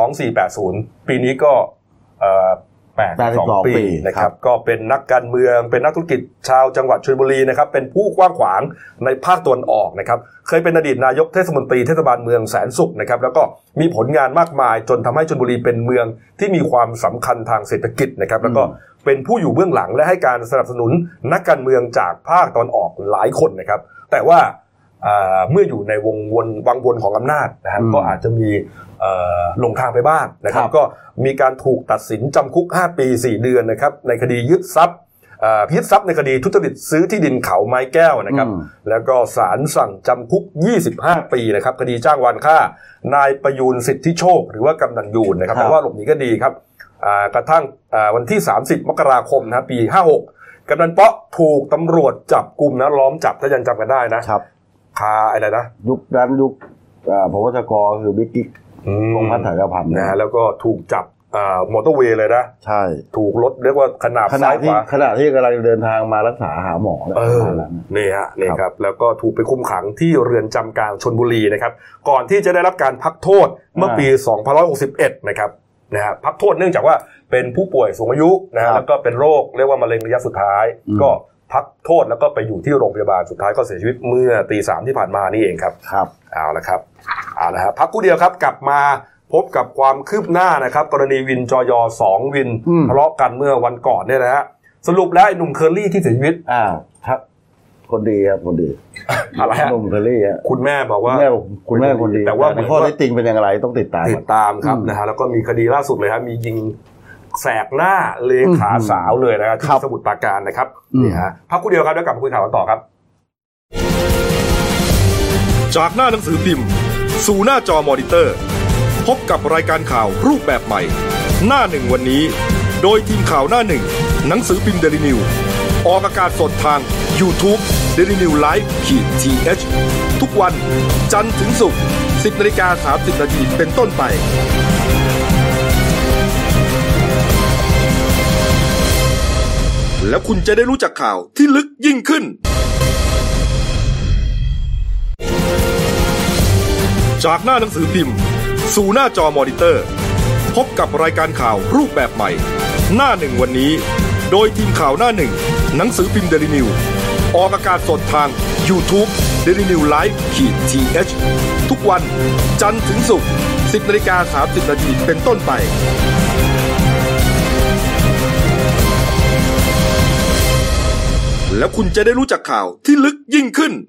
2480ปีนี้ก็82 ปีนะครับก็เป็นนักการเมืองเป็นนักธุรกิจชาวจังหวัดชลบุรีนะครับเป็นผู้กว้างขวางในภาคตะวันออกนะครับเคยเป็นอดีตนายกเทศมนตรีเทศบาลเมืองแสนสุขนะครับแล้วก็มีผลงานมากมายจนทำให้ชลบุรีเป็นเมืองที่มีความสำคัญทางเศรษฐกิจนะครับแล้วก็เป็นผู้อยู่เบื้องหลังและให้การสนับสนุนนักการเมืองจากภาคตะวันออกหลายคนนะครับแต่ว่าเมื่ออยู่ในวังวนของอำนาจนะครับก็อาจจะมีลงทางไปบ้างนะครับก็มีการถูกตัดสินจำคุก5 ปี 4 เดือนนะครับในคดียึดทรัพย์ในคดีทุจริตซื้อที่ดินเขาไม้แก้วนะครับแล้วก็ศาลสั่งจำคุก25 ปีนะครับคดีจ้างวานฆ่านายประยูนสิทธิโชคหรือว่ากำนันยูนนะครับเพราะว่าหลบหนีคดีครับกระทั่งวันที่30 มกราคมนะปี56กำนันเปาะถูกตำรวจจับกุมนะล้อมจับถ้ายังจำกันได้นะครับคาอะไรนะยุคพบชก.คือบิ๊กกิ๊กพงษ์พัฒน์ ถากพันธ์นะแล้วก็ถูกจับมอเตอร์เวย์เลยนะใช่ถูกรถเรียกว่าขนาบซ้ายขวาขณะที่กำลังเดินทางมารักษาหาหมอนี่ฮะนี่ครับแล้วก็ถูกไปคุมขังที่เรือนจำกลางชลบุรีนะครับก่อนที่จะได้รับการพักโทษเมื่อปี2561นะครับพักโทษเนื่องจากว่าเป็นผู้ป่วยสูงอายุนะแล้วก็เป็นโรคเรียกว่ามะเร็งระยะสุดท้ายก็พักโทษแล้วก็ไปอยู่ที่โรงพยาบาลสุดท้ายก็เสียชีวิตเมื่อตี 3ที่ผ่านมานี่เองครับเอาละครับพักกู้เดียวครับกลับมาพบกับความคืบหน้านะครับกรณีวินจย2วินทะเลาะกันเมื่อวันก่อนเนี่ยนะฮะสรุปแล้วไอ้หนุ่มเคอรี่ที่เสียชีวิตครับคนดีครับคนดีอะไรฮะหนุ่มเคอรี่ฮะคุณแม่บอกว่าคุณแม่คนดีแต่ว่าข้อเท็จจริงเป็นอย่างไรต้องติดตามครับนะฮะแล้วก็มีคดีล่าสุดเลยครับมียิงแสกหน้าเลขาสาวเลยนะครับที่สมุทรปราการนะครับนี่ฮะพักกู้เดียวครับแล้วกลับมาคุยข่าวกันต่อครับจากหน้าหนังสือพิมพ์สู่หน้าจอมอนิเตอร์พบกับรายการข่าวรูปแบบใหม่หน้าหนึ่งวันนี้โดยทีมข่าวหน้าหนึ่งหนังสือพิมพ์ Daily News ออกอากาศสดทาง YouTube Daily News Live-TH ทุกวันจันทร์ถึงศุกร์ 10:30 น.เป็นต้นไปแล้วคุณจะได้รู้จักข่าวที่ลึกยิ่งขึ้นจากหน้าหนังสือพิมพ์สู่หน้าจอมอนิเตอร์พบกับรายการข่าวรูปแบบใหม่หน้าหนึ่งวันนี้โดยทีมข่าวหน้าหนึ่งหนังสือพิมพ์ Daily News ออกอากาศสดทาง YouTube Daily News Live-TH ทุกวันจันทร์ถึงศุกร์ 10:30 น.เป็นต้นไปแล้วคุณจะได้รู้จักข่าวที่ลึกยิ่งขึ้น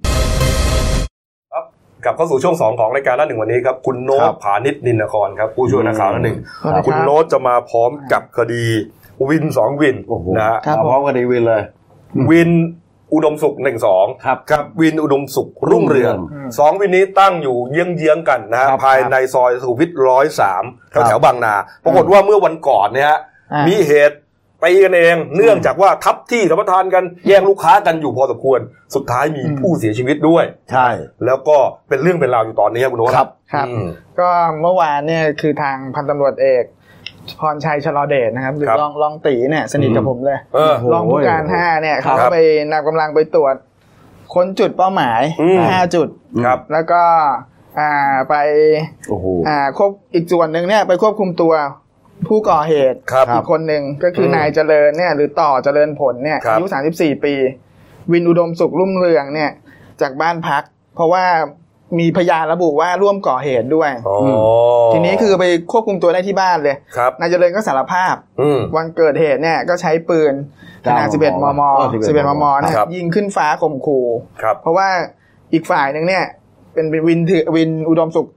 กลับเข้าสู่ช่วง2ของรายการหน้าหนึ่งวันนี้ครับคุณโน้ตผานิชนินนครครับผู้ช่วยนักข่าวหน้าหนึ่งคุณโน้ตจะมาพร้อมกับคดีวิน2วินนะฮะมาพร้อมคดีวินเลยวินอุดมสุข12กับวินอุดมสุขรุ่งเรือง2วินนี้ตั้งอยู่เยื้องๆกันนะฮะภายในซอยสุขุมวิท103แถวบางนาปรากฏว่าเมื่อวันก่อนเนี่ยฮะมีเหตุไปกันเองเนื่องจากว่าทับที่สัมปทานกันแย่งลูกค้ากันอยู่พอสมควรสุดท้ายมีผู้เสียชีวิตด้วยใช่แล้วก็เป็นเรื่องเป็นราวอยู่ตอนนี้คุณโน้ตครับก็เมื่อวานเนี่ยคือทางพันตำรวจเอกพรชัยชลเดชนะครับหรือรองตีเนี่ยสนิทกับผมเลยรองผู้การ5เนี่ยเขาก็ไปนำกำลังไปตรวจค้นจุดเป้าหมาย5จุดแล้วก็ไปควบอีกส่วนนึงเนี่ยไปควบคุมตัวผู้ก่อเหตุอีกคนหนึ่งก็คือนายเจริญเนี่ยหรือต่อเจริญผลเนี่ยอายุ34 ปีวินอุดมสุขรุ่งเรืองเนี่ยจากบ้านพักเพราะว่ามีพยานระบุว่าร่วมก่อเหตุด้วยทีนี้คือไปควบคุมตัวได้ที่บ้านเลยนายเจริญก็สารภาพวันเกิดเหตุเนี่ยก็ใช้ปืนขนาด11 มม. นะยิงขึ้นฟ้าข่มขู่เพราะว่าอีกฝ่ายนึงเนี่ยเป็นวินอุดมสุข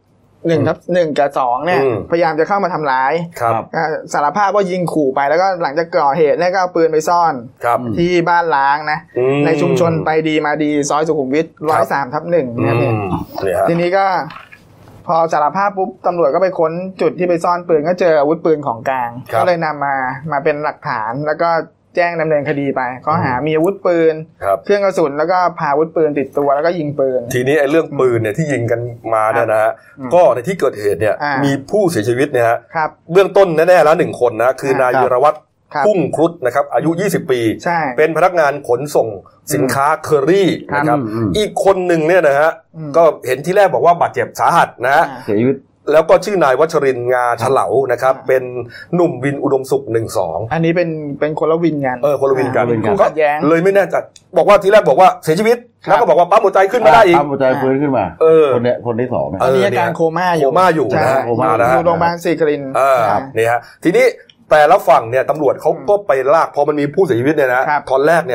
1 กับ 2เนี่ยพยายามจะเข้ามาทำร้ายสารภาพว่ายิงขู่ไปแล้วก็หลังจากก่อเหตุเนี่ยก็เอาปืนไปซ่อนที่บ้านล้างนะในชุมชนไปดีมาดีซอยสุขุมวิท103/1เนี่ยทีนี้ก็พอสารภาพปุ๊บตำรวจก็ไปค้นจุดที่ไปซ่อนปืนก็เจออาวุธปืนของกลางก็เลยนำมาเป็นหลักฐานแล้วก็แจ้งดำเนินคดีไปข้อหามีอาวุธปืนเครื่องกระสุนแล้วก็พาอาวุธปืนติดตัวแล้วก็ยิงปืนทีนี้ไอ้เรื่องปืนเนี่ยที่ยิงกันมาเนี่ยนะฮะก็ในที่เกิดเหตุเนี่ยมีผู้เสียชีวิตเนี่ยฮะเบื้องต้นแน่ๆแล้ว1คนนะคือนายวีรวัฒน์พุ่งครุฑนะครับอายุ20 ปีเป็นพนักงานขนส่งสินค้าเคอรี่นะครับอีกคนหนึ่งเนี่ยนะฮะก็เห็นที่แรกบอกว่าบาดเจ็บสาหัสนะฮะเสียชีวิตแล้วก็ชื่อนายวัชรินทร์งาเฉลานะครับเป็นหนุ่มวินอุดมสุข12 อันนี้เป็นคนละวินกันคนละวินกันก็เลยไม่แน่ใจบอกว่าทีแรกบอกว่าเสียชีวิตแล้วก็บอกว่าปั๊มหัวใจขึ้นมาได้อีกปั๊มหัวใจฟื้นขึ้นมาคนที่2 อันนี้อาการโคม่าอยู่นะโคม่านะอยู่โรงพยาบาลศรีนครินทร์นี่ฮะทีนี้แต่ละฝั่งเนี่ยตำรวจเขาก็ไปลากพอมันมีผู้เสียชีวิตเนี่ยนะตอนแรกเนี่ย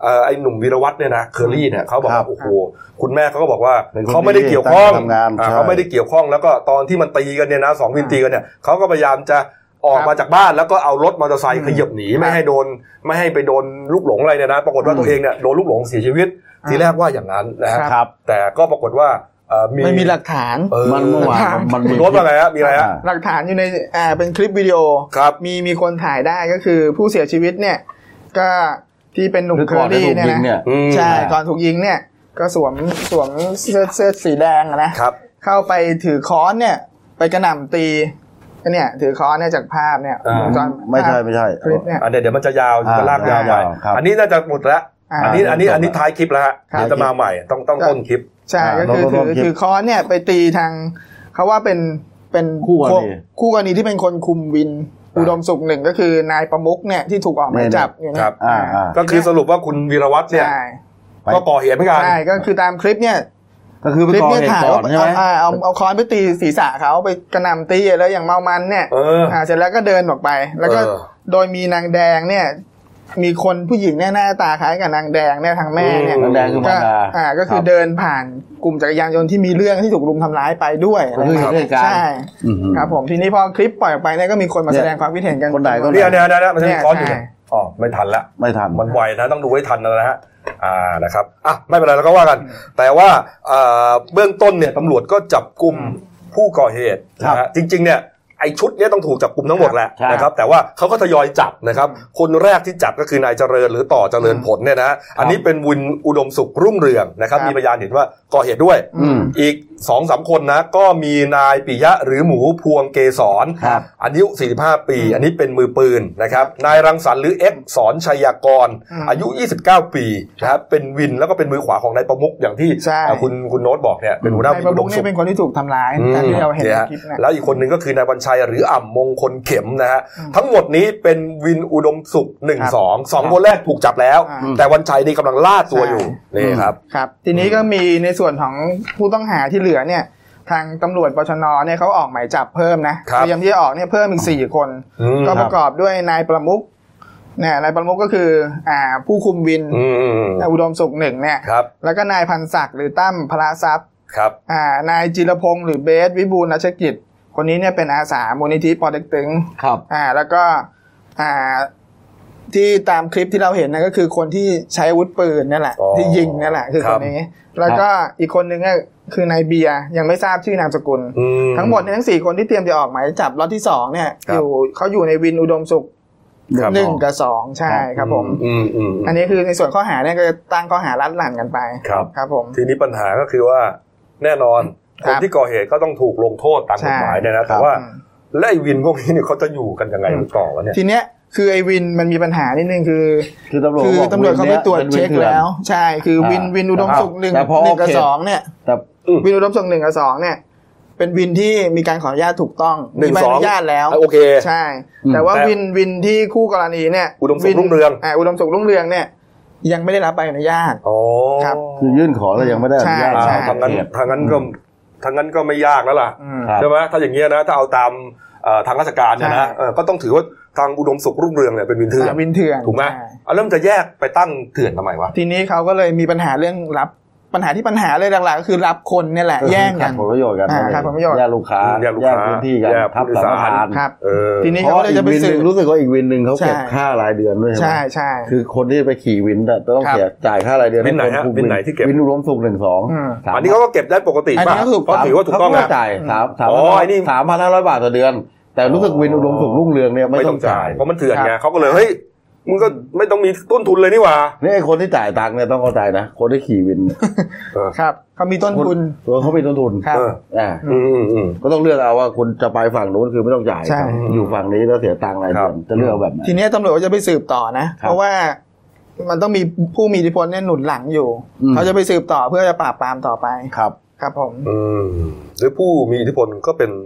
ไอ้หนุ่มวีรวัฒน์เนี่ยนะเคอรี่เนี่ยเขาบอกว่าโอ้โหคุณแม่เขาก็บอกว่าเขาไม่ได้เกี่ยวข้องเขาไม่ได้เกี่ยวข้องแล้วก็ตอนที่มันตีกันเนี่ยนะ2 วินตีกันเนี่ยเขาก็พยายามจะออกมาจากบ้านแล้วก็เอารถมอเตอร์ไซค์ขยับหนีไม่ให้ไปโดนลูกหลงอะไรเนี่ยนะปรากฏว่าตัวเองเนี่ยโดนลูกหลงเสียชีวิตทีแรกว่าอย่างนั้นนะครับแต่ก็ปรากฏว่าไม่มีหลักฐานมันเมื่อวานมันมีรถว่าไงฮะมีอะไรฮะหลักฐานอยู่ในเป็นคลิปวิดีโอมีคนถ่ายได้ก็คือผู้เสียชีวิตเนี่ยก็ที่เป็นหนุ่มเคอรี่เนี่ยนะใช่ก่อนถูกยิงเนี่ยก็สวมเสื้อสีแดงนะเข้าไปถือค้อนเนี่ยไปกระหน่ำตีเนี่ยถือค้อนเนี่ยจากภาพเนี่ยไม่ใช่คลิปเนี่ยเดี๋ยวมันจะยาวจะลากยาวไปอันนี้น่าจะหมดแล้วอันนี้ท้ายคลิปแล้วฮะเดี๋ยวจะมาใหม่ต้องต้นคลิปใช่ก็คือถือค้อนเนี่ยไปตีทางเขาว่าเป็นคู่กรณีที่เป็นคนคุมวินอุดมสุข1ก็คือนายประมุขเนี่ยที่ถูกออกหมายจับอยู่เนี่ยก็คือสรุปว่าคุณวีรวัฒน์เนี่ยก็ก่อเหตุเหมือนกันใช่ก็คือตามคลิปเนี่ยก็คือไปก่อเหตุก่อนใช่ไหมเอาค้อนไปตีศีรษะเขาไปกระหน่ำตีแล้วอย่างเมามันเนี่ยเสร็จแล้วก็เดินออกไปแล้วก็โดยมีนางแดงเนี่ยมีคนผู้หญิงเนี่ยหน้าตาคล้ายกับนางแดงเนี่ยทางแม่เนี่ยนางแดงคือมารดาก็คือเดินผ่านกลุ่มจักรยานยนต์ที่มีเรื่องที่ถูกรุมทำร้ายไปด้วยใช่ครับผมทีนี้พอคลิปปล่อยออกไปเนี่ยก็มีคนมาแสดงความคิดเห็นกันคนใดก็เนี่ยมันจะค้อนอยู่อ๋อไม่ทันละไม่ทันมันไวนะต้องดูให้ทันนะฮะนะครับไม่เป็นไรเราก็ว่ากันแต่ว่าเบื้องต้นเนี่ยตำรวจก็จับกุมผู้ก่อเหตุนะฮะจริงๆเนี่ยไอ้ชุดนี้ต้องถูกจับกุมทั้งหมดแหละนะครับแต่ว่าเขาก็ทยอยจับนะครับคนแรกที่จับก็คือนายเจริญหรือต่อเจริญผลเนี่ยนะอันนี้เป็นวินอุดมสุขรุ่งเรืองนะครับมีพยานเห็นว่าก่อเหตุด้วยอีก 2-3 คนนะก็มีนายปิยะหรือหมูพวงเกษรอายุ45 ปีอันนี้เป็นมือปืนนะครับนายรังสรรค์หรือเอ็กสอนชัยกรอายุ29 ปีนะครับเป็นวินแล้วก็เป็นมือขวาของนายประมุขอย่างที่คุณโน้ตบอกเนี่ยเป็นหัวหน้าวินอุดมสุขเป็นคนที่ถูกทำร้ายที่เราเห็นในคลิปนะแล้วอีกคนนึงก็คือนายบัญชัยหรืออ่ำมงคลเข็มนะฮะทั้งหมดนี้เป็นวินอุดมสุข2คนแรกถูกจับแล้วแต่วันชัยนี่กำลังล่าตัวอยู่นี่ครับทีนี้ก็มีในส่วนของผู้ต้องหาที่เหลือเนี่ยทางตำรวจปชนเนี่ยเขาออกหมายจับเพิ่มนะเตรียมที่จะออกเนี่ยเพิ่มอีก4 คนก็ประกอบด้วยนายประมุขเนี่ยนายประมุขก็คือผู้คุมวินอุดมสุข1เนี่ยแล้วก็นายพันศักดิ์หรือตั้มพระทรัพย์นายจิรพงศ์หรือเบสวิบูลย์นัชกิจคนนี้เนี่ยเป็นอาสามูลนิธิปอเต็กตึงแล้วก็ที่ตามคลิปที่เราเห็นนะก็คือคนที่ใช้อาวุธปืนนั่นแหละที่ยิงนั่นแหละคือคนนี้แล้วก็อีกคนนึงก็คือนายเบียร์ยังไม่ทราบชื่อนามสกุลทั้งหมดทั้ง4คนที่เตรียมจะออกหมายจับล็อตที่2เนี่ยเขาอยู่ในวินอุดมสุข1 กับ 2ใช่ครับผมอันนี้คือในส่วนข้อหาเนี่ยก็จะตั้งข้อหารัดหลั่นกันไปครับผมทีนี้ปัญหาก็คือว่าแน่นอนคนที่ก่อเหตุก็ต้องถูกลงโทษตามกฎหมายเนี่ยนะแต่ว่าและไอ้วินพวกนี้เนี่ยเขาจะอยู่กันยังไงต่อวะเนี่ยทีเนี้ยคือไอ้วินมันมีปัญหานิดนึงคือตำรวจเขาไปตรวจเช็คแล้วใช่คือวินอุดมสุข1 กับ 2เนี่ยวินอุดมสุข1 กับ 2เนี่ยเป็นวินที่มีการขออนุญาตถูกต้องมีใบอนุญาตแล้วโอเคใช่แต่ว่าวินที่คู่กรณีเนี่ยอุดมสุขรุ่งเรืองเนี่ยยังไม่ได้รับใบอนุญาตครับคือยื่นขอแล้วยังไม่ได้อนุญาตทางนั้นก็ไม่ยากแล้วล่ะใช่ไหมถ้าอย่างเงี้ยนะถ้าเอาตามทางราชการเนี่ยนะก็ต้องถือว่าทางอุดมสุขรุ่งเรืองเนี่ยเป็นวินเถื่อนถูกไหมเริ่มจะแยกไปตั้งเถื่อนทำไมวะทีนี้เขาก็เลยมีปัญหาเรื่องรับปัญหาเลยหลักๆก็คือรับคนเนี่ยแหละแย่งกันผลประโยชน์กันแย่งลูกค้าแย่งพื้นที่กันทับสัมปทานทีนี้เขาเลยจะไปสืบรู้สึกว่าอีกวินนึงเขาเก็บค่ารายเดือนด้วยใช่คือคนที่ไปขี่วินต้องเสียจ่ายค่ารายเดือนวินไหนที่เก็บวินอุดมสุข1 2อันนี้เขาก็เก็บได้ปกติป่ะเพราะถือว่าถูกต้องนะจ่าย3,500 บาทต่อเดือนแต่รู้สึกวินอุดมสุขรุ่งเรืองเนี่ยไม่ต้องจ่ายเพราะมันเถื่อนไงเขาก็เลยเฮ้ยมึงก็ไม่ต้องมีต้นทุนเลยนี่หว่านี่ไอ้คนที่จ่ายตังค์เนี่ยต้องเข้าใจนะคนที่ขี่วินครับเขามีต้นทุนเขามีต้นทุนก็ต้องเลือกเอาว่าคุณจะไปฝั่งนู้นคือไม่ต้องจ่ายอยู่ฝั่งนี้แล้วเสียตังค์อะไรเดือนจะเลือกแบบไหนทีนี้ตำรวจก็จะไปสืบต่อนะเพราะว่ามันต้องมีผู้มีอิทธิพลเนี่ยหนุนหลังอยู่เขาจะไปสืบต่อเพื่อจะปราบปรามต่อไปครับผมหรือผู้มีอิทธิพลก็เป็น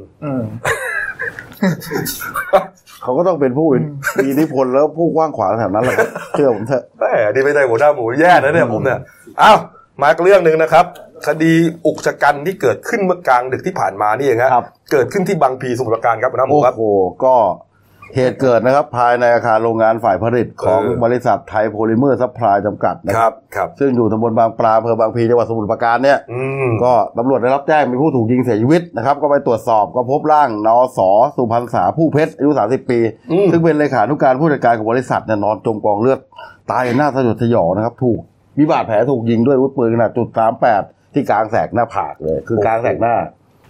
เขาก็ต้องเป็นผู้มีอิทธิพลแล้วผู้กว้างขวางแถวนั้นแหละเชื่อผมเถอะแหมดีไม่ได้หัวหน้าหมูแย่นะเนี่ยผมเนี่ยอ้าวมาเรื่องนึงนะครับคดีอุกชะกันที่เกิดขึ้นเมื่อกลางดึกที่ผ่านมานี่เองครับเกิดขึ้นที่บางพลีสมุทรปราการครับหัวหน้าหมูครับโอ้โหก็เหตุเกิดนะครับภายในอาคารโรงงานฝ่ายผลิตของบริษัทไทยโพลิเมอร์ซัพพลายจำกัดนะครับซึ่งอยู่ตำบลบางปลาอำเภอบางพลีจังหวัดสมุทรปราการเนี่ยก็ตำรวจได้รับแจ้งมีผู้ถูกยิงเสียชีวิตนะครับก็ไปตรวจสอบก็พบร่างนส.สุพรรณษาผู้เพชรอายุ30 ปีซึ่งเป็นเลขานุการผู้จัดการของบริษัทเนี่ยนอนจมกองเลือดตายหน้าสยดสยองนะครับถูกมีบาดแผลถูกยิงด้วยอาวุธปืนขนาด.38ที่กลางแสกหน้าผากเลยคือกลางแสกหน้า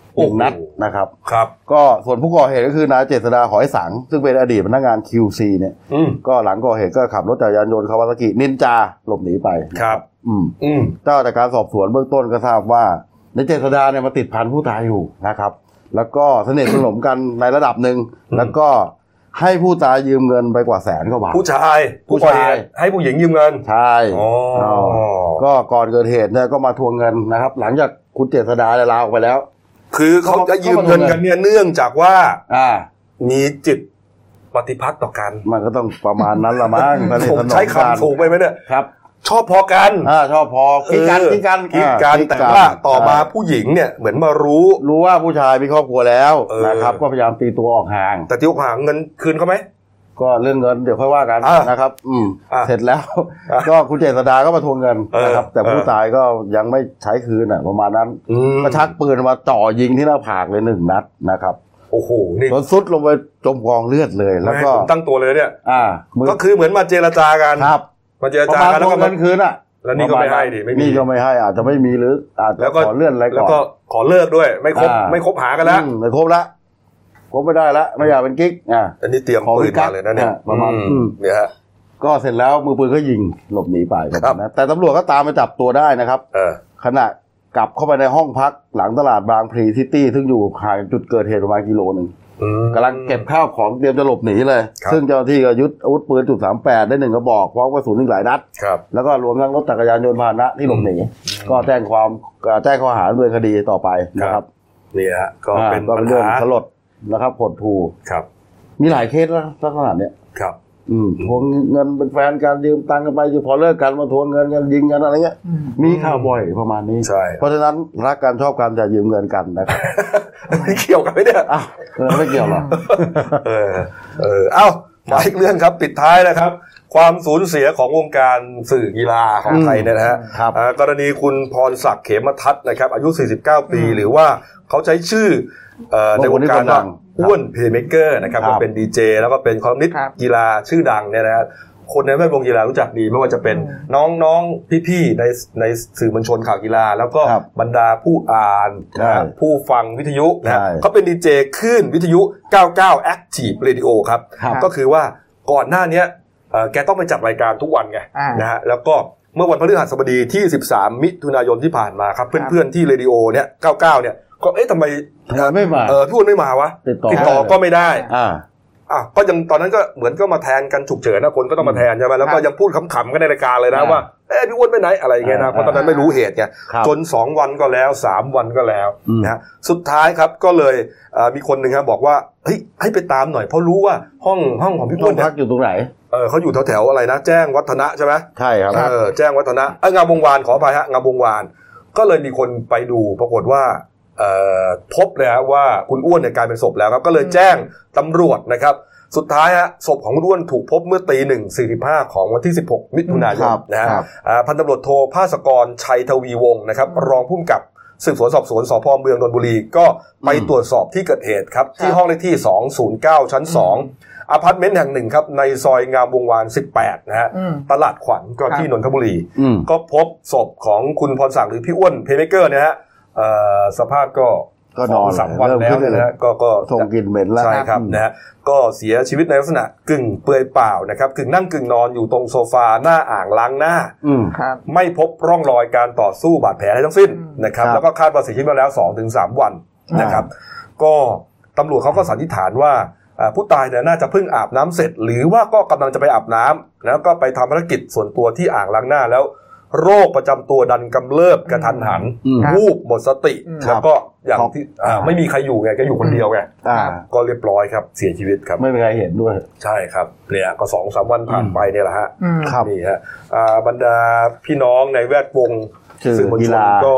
1 นัดนะครับก็ส่วนผู้ก่อเหตุก็คือนายเจษฎาหอยสังซึ่งเป็นอดีตพนักงาน QC เนี่ยก็หลังก่อเหตุก็ขับรถจักรยานยนต์คาวาซากินินจาหลบหนีไปครับเจ้าจากการสอบสวนเบื้องต้นก็ทราบว่านายเจษฎาเนี่ยมาติดพันผู้ตายอยู่นะครับแล้วก็สนิทสนมกันในระดับหนึ่งแล้วก็ให้ผู้ตายยืมเงินไปกว่า100,000 กว่าบาทผู้ชายให้ผู้หญิงยืมเงินใช่ก็ก่อนเกิดเหตุเนี่ยก็มาทวงเงินนะครับหลังจากคุณเจษฎาลาออกไปแล้วคือเขาจะยืมเงินกันเนี่ยเนื่องจากว่ามีจิตปฏิภัทธ์ต่อกันมันก็ต้องประมาณนั้นละมั้งผมใช้คำถูกไหมเนี่ยครับชอบพอกันชอบพอคิดกันแต่ว่าต่อมาผู้หญิงเนี่ยเหมือนมารู้ว่าผู้ชายมีครอบครัวแล้วนะครับก็พยายามตีตัวออกห่างแต่ตีออกห่างเงินคืนเขาไหมก็เรื่องเงินเดี๋ยวค่อยว่ากันนะครับเสร็จแล้วก็คุณเจษฎาก็มาทวงเงินนะครับแต่ผู้ตายก็ยังไม่ใช้คืนประมาณนั้นก็ชักปืนมาจ่อยิงที่หน้าผากเลย1 นัดนะครับโอ้โหนี่จนซุดลงไปจมกองเลือดเลยแล้วก็ตั้งตัวเลยเนี่ยก็คือเหมือนมาเจรจากันมาเจรจากันแล้วก็เงินคืนแล้วนี่ก็ไม่ให้ดินี่ก็ไม่ให้อาจจะไม่มีหรืออาจจะขอเลื่อนอะไรก่อนแล้วก็ขอเลิกด้วยไม่คบหากันแล้วไม่คบแล้วผมไม่ได้ละไม่อยากเป็นกิ๊กอันนี้เตรียมปืนมาเลยนะเนี่ยประมาณเนี่ยฮะก็เสร็จแล้วมือปืนก็ยิงหลบหนีไปนะแต่ตำรวจก็ตามมาจับตัวได้นะครับขณะกลับเข้าไปในห้องพักหลังตลาดบางพลีซิตี้ซึ่งอยู่ห่างจุดเกิดเหตุประมาณ1 กิโลกำลังเก็บข้าวของเตรียมจะหลบหนีเลยซึ่งเจ้าหน้าที่ก็ยึดอาวุธปืน.38ได้1 กระบอกพร้อมกระสุนอีกหลายนัดแล้วก็รวมทั้งรถจักรยานยนต์พาหนะที่หลบหนีก็แจ้งข้อหาดำเนินคดีต่อไปนะครับนี่ฮะก็เป็นเรื่องสลดนะครับหดหู่ครับมีหลายเคสแล้วลักษณะเนี้ยครับทวงเงินเป็นแฟนกันยืมตังค์กันไปพอเลิกกันมาทวงเงินกันยิงกันอะไรเงี้ยมีข่าวบ่อยประมาณนี้เพราะฉะนั้นรักกันชอบกันจะยืมเงินกันนะครับไม่เกี่ยวกันไหมเนี่ยไม่เกี่ยวหรอกเอ้ามาอีกเรื่องครับปิดท้ายนะครับความสูญเสียของวงการสื่อกีฬาของไทยนะฮะกรณีคุณพรศักดิ์เขมทัศน์นะครับอายุ49 ปีหรือว่าเขาใช้ชื่อในวงการอ้วนเพลย์เมคเกอร์นะครับก็เป็นดีเจแล้วก็เป็นคอลัมนิสต์กีฬาชื่อดังเนี่ยนะฮะคนในแวดวงกีฬารู้จักดีไม่ว่าจะเป็นน้องๆพี่ๆในสื่อมวลชนข่าวกีฬาแล้วก็บรรดาผู้อ่านผู้ฟังวิทยุนะเขาเป็นดีเจคลื่นวิทยุ99 Active Radio ครับก็คือว่าก่อนหน้านี้แกต้องไปจัดรายการทุกวันไงนะฮะแล้วก็เมื่อวันพฤหัสบดีที่13 มิถุนายนที่ผ่านมาครับเพื่อนๆที่เรดิโอเนี่ย99เนี่ยก็ทำไมไม่มาพี่อ้วนไม่มาวะติดต่อก็ไม่ได้ก็ยังตอนนั้นก็เหมือนก็มาแทนกันฉุกเฉินนะคนก็ต้องมาแทนใช่ไหมแล้วก็ยังพูดขำๆกันในรายการเลยนะว่าพี่อ้วนไปไหนอะไรอย่างเงี้ยนะเพราะตอนนั้นไม่รู้เหตุไงจน2 วันก็แล้ว3 วันก็แล้วนะสุดท้ายครับก็เลยมีคนหนึ่งครับบอกว่าเฮ้ยให้ไปตามหน่อยเพราะรู้ว่าห้องของพี่อ้วนพักอยู่ตรงไหนเขาอยู่แถวๆอะไรนะแจ้งวัฒนะใช่ไหมใช่ครับแจ้งวัฒนะงามวงวานขออภัยฮะงามวงวานก็เลยมีคนไปดูปรากฏว่าพบเลยว่าคุณอ้วนเนี่ยกลายเป็นศพแล้วครับก็เลยแจ้งตำรวจนะครับสุดท้ายศพของคุณอ้วนถูกพบเมื่อ1:45ของวันที่16 มิถุนายนนะฮะพันตำรวจโทภาสกรชัยทวีวงศ์นะครับรองผู้กำกับสืบสวนสอบสวนสพ.เมืองนนทบุรีก็ไปตรวจสอบที่เกิดเหตุครับที่ห้องเลขที่209ชั้น2อพาร์ตเมนต์แห่งหนึ่งครับในซอยงามวงวาน18นะฮะตลาดขวัญก็ที่นนทบุรีก็พบศพของคุณพรศักดิ์หรือพี่อ้วนเพลย์เมคเกอร์เนี่ยฮะสภาพก็นอน 3 วันแล้วนะฮะก็ส่งกลิ่นเหม็นแล้วใช่ครับนะฮะก็เสียชีวิตในลักษณะกึ่งเปลือยเปล่านะครับกึ่งนั่งกึ่งนอนอยู่ตรงโซฟาหน้าอ่างล้างหน้าไม่พบร่องรอยการต่อสู้บาดแผลอะไรทั้งสิ้นนะครับแล้วก็คาดว่าเสียชีวิตมาแล้ว 2-3 วันนะครับก็ตำรวจเขาก็สันนิษฐานว่าผู้ตายเนี่ยน่าจะเพิ่งอาบน้ำเสร็จหรือว่าก็กำลังจะไปอาบน้ำแล้วก็ไปทำภารกิจส่วนตัวที่อ่างล้างหน้าแล้วโรคประจำตัวดันกำเริบกระทันหันวูบหมดสติแล้วก็อย่างที่ไม่มีใครอยู่ไงก็อยู่คนเดียวไงก็เรียบร้อยครับเสียชีวิตครับไม่มีใครเห็นด้วยใช่ครับเนี่ยก็ 2-3 วันผ่านไปเนี่ยแหละฮะนี่ฮะบรรดาพี่น้องในแวดวงสื่อมวลชนก็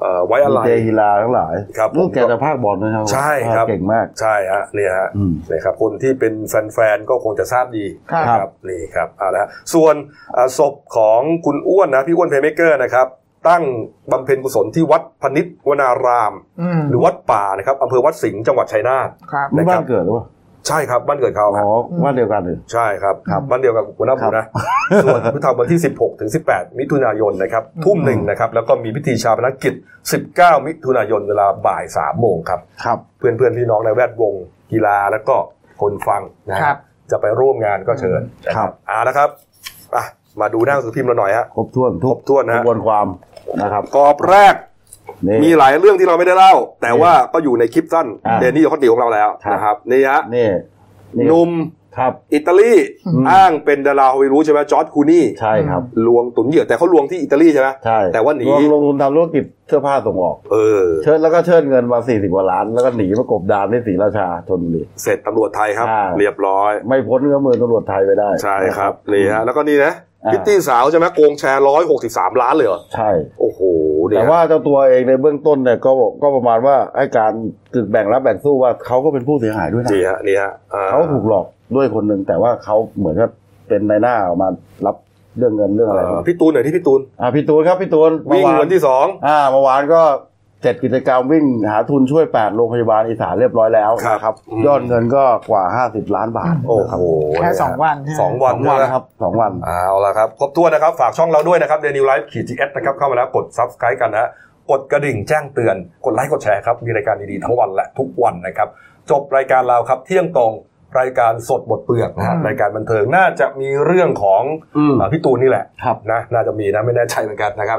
ไว้อะไรเจฮิลาทั้งหลายครับลูกแกจะภาคบอลนะครับใช่ครับเก่งมากใช่ฮะเนี่ยฮะนะครับคนที่เป็นแฟนๆก็คงจะทราบดีครับนี่ครับเอาละส่วนศพของคุณอ้วนนะพี่อ้วนเพลย์เมคเกอร์นะครับตั้งบำเพ็ญกุศลที่วัดพนิชวนารามหรือวัดป่านะครับอำเภอวัดสิงห์จังหวัดชัยนาทนี่บ้านเกิดหรือเปล่าใช่ครับบ้านเกิดเขาอ๋อบ้านเดียวกันเลยใช่ครับบ้านเดียวกับคุณน้าบุญนะส่วนพิธีวันที่16ถึง18มิถุนายนนะครับทุ่มหนึ่งนะครับแล้วก็มีพิธีชาปนกิจ19มิถุนายนเวลาบ่าย3โมงครับเพื่อนๆพี่น้องในแวดวงกีฬาแล้วก็คนฟังนะครับจะไปร่วมงานก็เชิญครับนะครับมาดูหน้าหนังสือพิมพ์เราหน่อยฮะครบถ้วนนะกระบวนความนะครับกรอบแรกมีหลายเรื่องที่เราไม่ได้เล่าแต่ว่าก็อยู่ในคลิปสั้นเดนนี่เขาตีของเราแล้วนะครับนี่ฮะหนุ่มอิตาลีอ้างเป็นดาราฮอลลีวูดใช่ไหมจอร์จคูนี่ใช่ครับลวงตุนเหยื่อแต่เขาลวงที่อิตาลีใช่ไหมใช่แต่ว่าหนีลงทุนทำธุรกิจเสื้อผ้าส่งออกเชิดแล้วก็เชิดเงินมา40 กว่าล้านแล้วก็หนีมากบดานที่ศรีราชาชลบุรีเสร็จตำรวจไทยครับเรียบร้อยไม่พ้นก็มือตำรวจไทยไปได้ใช่ครับนี่ฮะแล้วก็นี่นะพิตตี้สาวใช่ไหมโกงแชร์163 ล้านเลยเหรอใช่โอ้โหแต่ว่าเจ้าตัวเองในเบื้องต้นเนี่ยก็ประมาณว่าให้การกึ่งแบ่งรับแบ่งสู้ว่าเขาก็เป็นผู้เสียหายด้วยนะนี่ฮะเขาถูกหลอกด้วยคนหนึ่งแต่ว่าเขาเหมือนกับเป็นนายหน้าออกมารับเรื่องเงินเรื่องอะไรพี่ตูนหน่อยที่พี่ตูนพี่ตูนครับพี่ตูนวิ่งวันที่2 เมื่อวานก็7 กิจกรรมวิ่งหาทุนช่วย8โรงพยาบาลอีสานเรียบร้อยแล้วนะครับยอดเงินก็กว่า50 ล้านบาทโอ้โหแค่2 วัน 2 วันครับ2 วันเอาละครับครบถ้วนนะครับฝากช่องเราด้วยนะครับ Daily Life /GS นะครับเข้ามาแล้วกด Subscribe กันนะกดกระดิ่งแจ้งเตือนกดไลค์กดแชร์ครับมีรายการดีๆทั้งวันและทุกวันนะครับจบรายการเราครับเที่ยงตรงรายการสดบทเปลือกนะฮะรายการบันเทิงน่าจะมีเรื่องของพี่ตูนนี่แหละนะน่าจะมีนะไม่แน่ใจเหมือนกันนะครับ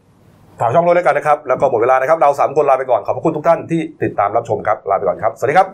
ฝากช่องเราด้วยกันนะครับแล้วก็หมดเวลานะครับเรา3 คนลาไปก่อนขอบพระคุณทุกท่านที่ติดตามรับชมครับลาไปก่อนครับสวัสดีครับ